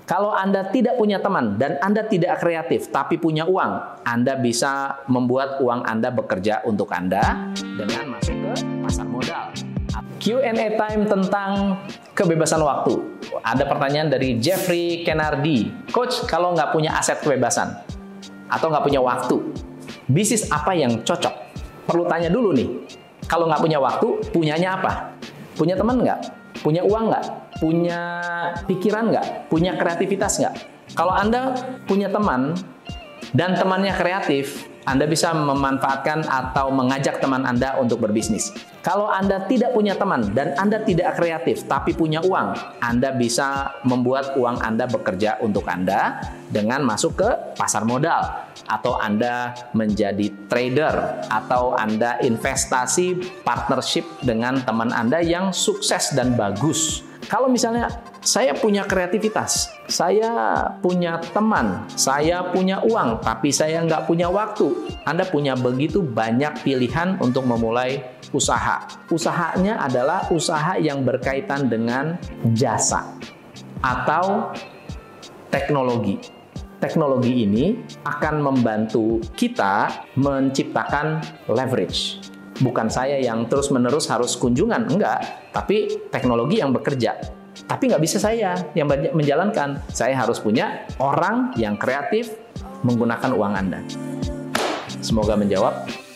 Kalau Anda tidak punya teman dan Anda tidak kreatif tapi punya uang, Anda bisa membuat uang Anda bekerja untuk Anda dengan masuk ke pasar modal. Q&A time tentang kebebasan waktu. Ada pertanyaan dari Jeffrey Kennardi. Coach, kalau nggak punya aset kebebasan atau nggak punya waktu, bisnis apa yang cocok? Perlu tanya dulu nih. Kalau nggak punya waktu, punyanya apa? Punya teman nggak? Punya uang nggak? Punya pikiran nggak? Punya kreativitas nggak? Kalau Anda punya teman dan temannya kreatif, Anda bisa memanfaatkan atau mengajak teman Anda untuk berbisnis. Kalau Anda tidak punya teman dan Anda tidak kreatif tapi punya uang, Anda bisa membuat uang Anda bekerja untuk Anda dengan masuk ke pasar modal. Atau Anda menjadi trader, atau Anda investasi partnership dengan teman Anda yang sukses dan bagus. Kalau misalnya saya punya kreativitas, saya punya teman, saya punya uang, tapi saya nggak punya waktu. Anda punya begitu banyak pilihan untuk memulai usaha. Usahanya adalah usaha yang berkaitan dengan jasa atau teknologi. Teknologi ini akan membantu kita menciptakan leverage. Bukan saya yang terus-menerus harus kunjungan, enggak. Tapi teknologi yang bekerja. Tapi nggak bisa saya yang menjalankan. Saya harus punya orang yang kreatif menggunakan uang Anda. Semoga menjawab.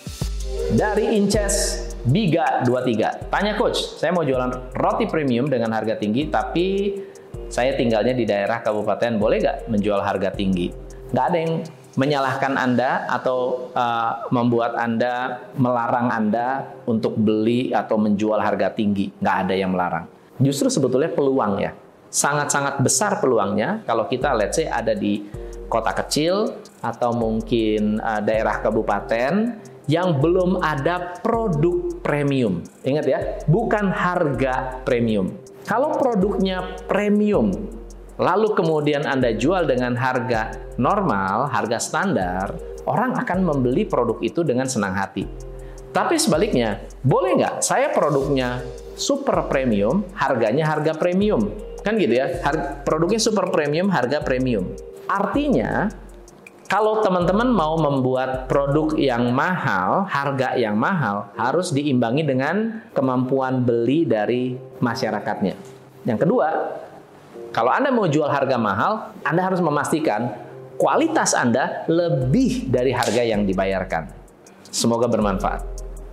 Dari Inces Biga 23. Tanya Coach, saya mau jualan roti premium dengan harga tinggi, tapi saya tinggalnya di daerah kabupaten, boleh nggak menjual harga tinggi? Nggak ada yang menyalahkan Anda atau membuat Anda, melarang Anda untuk beli atau menjual harga tinggi. Nggak ada yang melarang. Justru sebetulnya peluang ya. Sangat-sangat besar peluangnya kalau kita let's say ada di kota kecil atau mungkin daerah kabupaten yang belum ada produk premium. Ingat ya, bukan harga premium. Kalau produknya premium, lalu kemudian Anda jual dengan harga normal, harga standar, orang akan membeli produk itu dengan senang hati. Tapi sebaliknya, boleh nggak saya produknya super premium, harganya harga premium? Kan gitu ya, produknya super premium, harga premium. Artinya, kalau teman-teman mau membuat produk yang mahal, harga yang mahal, harus diimbangi dengan kemampuan beli dari masyarakatnya. Yang kedua, kalau Anda mau jual harga mahal, Anda harus memastikan kualitas Anda lebih dari harga yang dibayarkan. Semoga bermanfaat.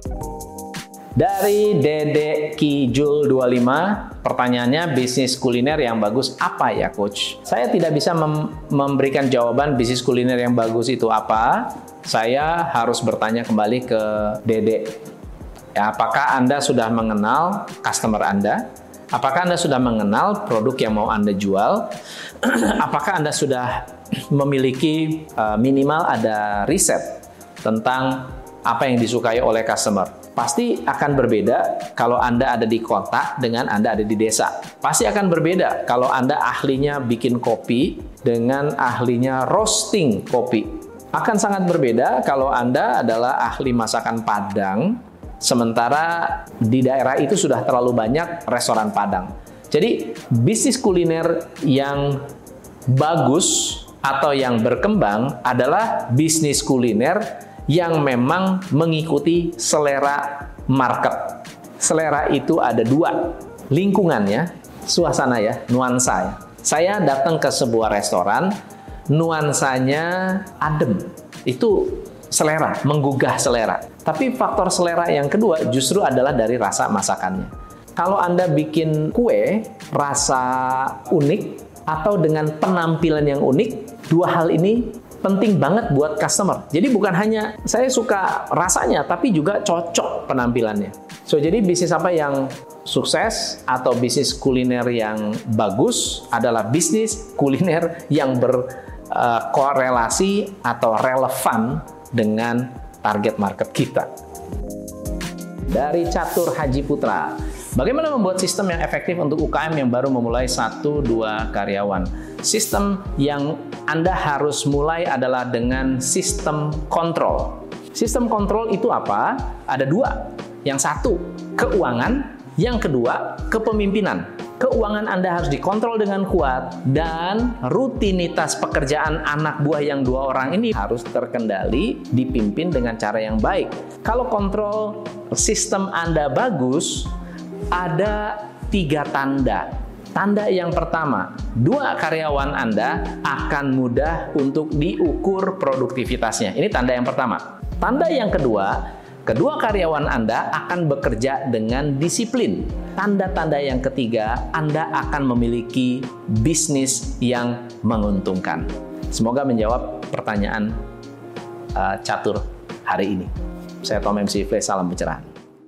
Dari Dede Kijul 25, pertanyaannya bisnis kuliner yang bagus apa ya Coach? Saya tidak bisa memberikan jawaban bisnis kuliner yang bagus itu apa. Saya harus bertanya kembali ke Dede. Ya, apakah Anda sudah mengenal customer Anda? Apakah Anda sudah mengenal produk yang mau Anda jual? Apakah Anda sudah memiliki minimal ada riset tentang apa yang disukai oleh customer? Pasti akan berbeda kalau Anda ada di kota dengan Anda ada di desa. Pasti akan berbeda kalau Anda ahlinya bikin kopi dengan ahlinya roasting kopi. Akan sangat berbeda kalau Anda adalah ahli masakan Padang, sementara di daerah itu sudah terlalu banyak restoran Padang. Jadi, bisnis kuliner yang bagus atau yang berkembang adalah bisnis kuliner yang memang mengikuti selera market. Selera itu ada dua, lingkungannya, suasana ya, nuansa ya. Saya datang ke sebuah restoran, nuansanya adem, itu selera, menggugah selera. Tapi faktor selera yang kedua justru adalah dari rasa masakannya. Kalau Anda bikin kue, rasa unik, atau dengan penampilan yang unik, dua hal ini penting banget buat customer. Jadi bukan hanya saya suka rasanya, tapi juga cocok penampilannya. So, jadi bisnis apa yang sukses atau bisnis kuliner yang bagus adalah bisnis kuliner yang berkorelasi atau relevan dengan target market kita. Dari Catur Haji Putra, bagaimana membuat sistem yang efektif untuk UKM yang baru memulai 1-2 karyawan? Sistem yang Anda harus mulai adalah dengan sistem kontrol. Sistem kontrol itu apa? Ada dua. Yang satu, keuangan. Yang kedua, kepemimpinan. keuangan Anda harus dikontrol dengan kuat, dan rutinitas pekerjaan anak buah yang 2 orang ini harus terkendali, dipimpin dengan cara yang baik. Kalau kontrol sistem Anda bagus, ada 3 tanda. Tanda yang pertama, 2 karyawan Anda akan mudah untuk diukur produktivitasnya. Ini tanda yang pertama. Tanda yang kedua, kedua karyawan Anda akan bekerja dengan disiplin. Tanda-tanda yang ketiga, Anda akan memiliki bisnis yang menguntungkan. Semoga menjawab pertanyaan catur hari ini. Saya Tom MC Ifle, salam pencerahan.